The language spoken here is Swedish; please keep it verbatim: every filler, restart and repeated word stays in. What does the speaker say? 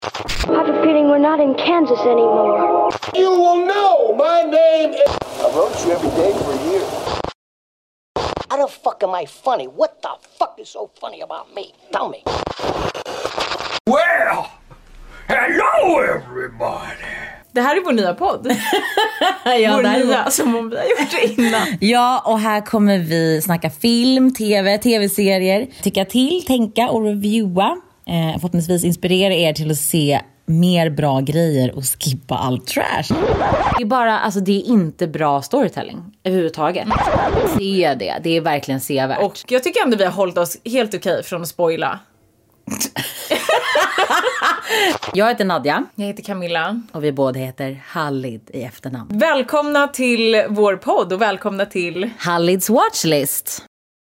I have a feeling we're not in Kansas anymore. You will know my name is... I wrote you every day for a year. How the fuck am I funny? What the fuck is so funny about me? Tell me. Well, hello everybody. Det här är vår nya podd. Ja, vår det här nya, är... som om vi har gjort det innan. Ja, och här kommer vi snacka film, tv, tv-serier. Tycka till, tänka och reviewa. Eh, förhoppningsvis inspirera er till att se mer bra grejer och skippa all trash. Det är bara, alltså det är inte bra storytelling överhuvudtaget. Se det, det är verkligen sevärt. Och jag tycker ändå vi har hållit oss helt okej från att spoila. Jag heter Nadja. Jag heter Camilla. Och vi båda heter Hallid i efternamn. Välkomna till vår podd och välkomna till Hallids Watchlist.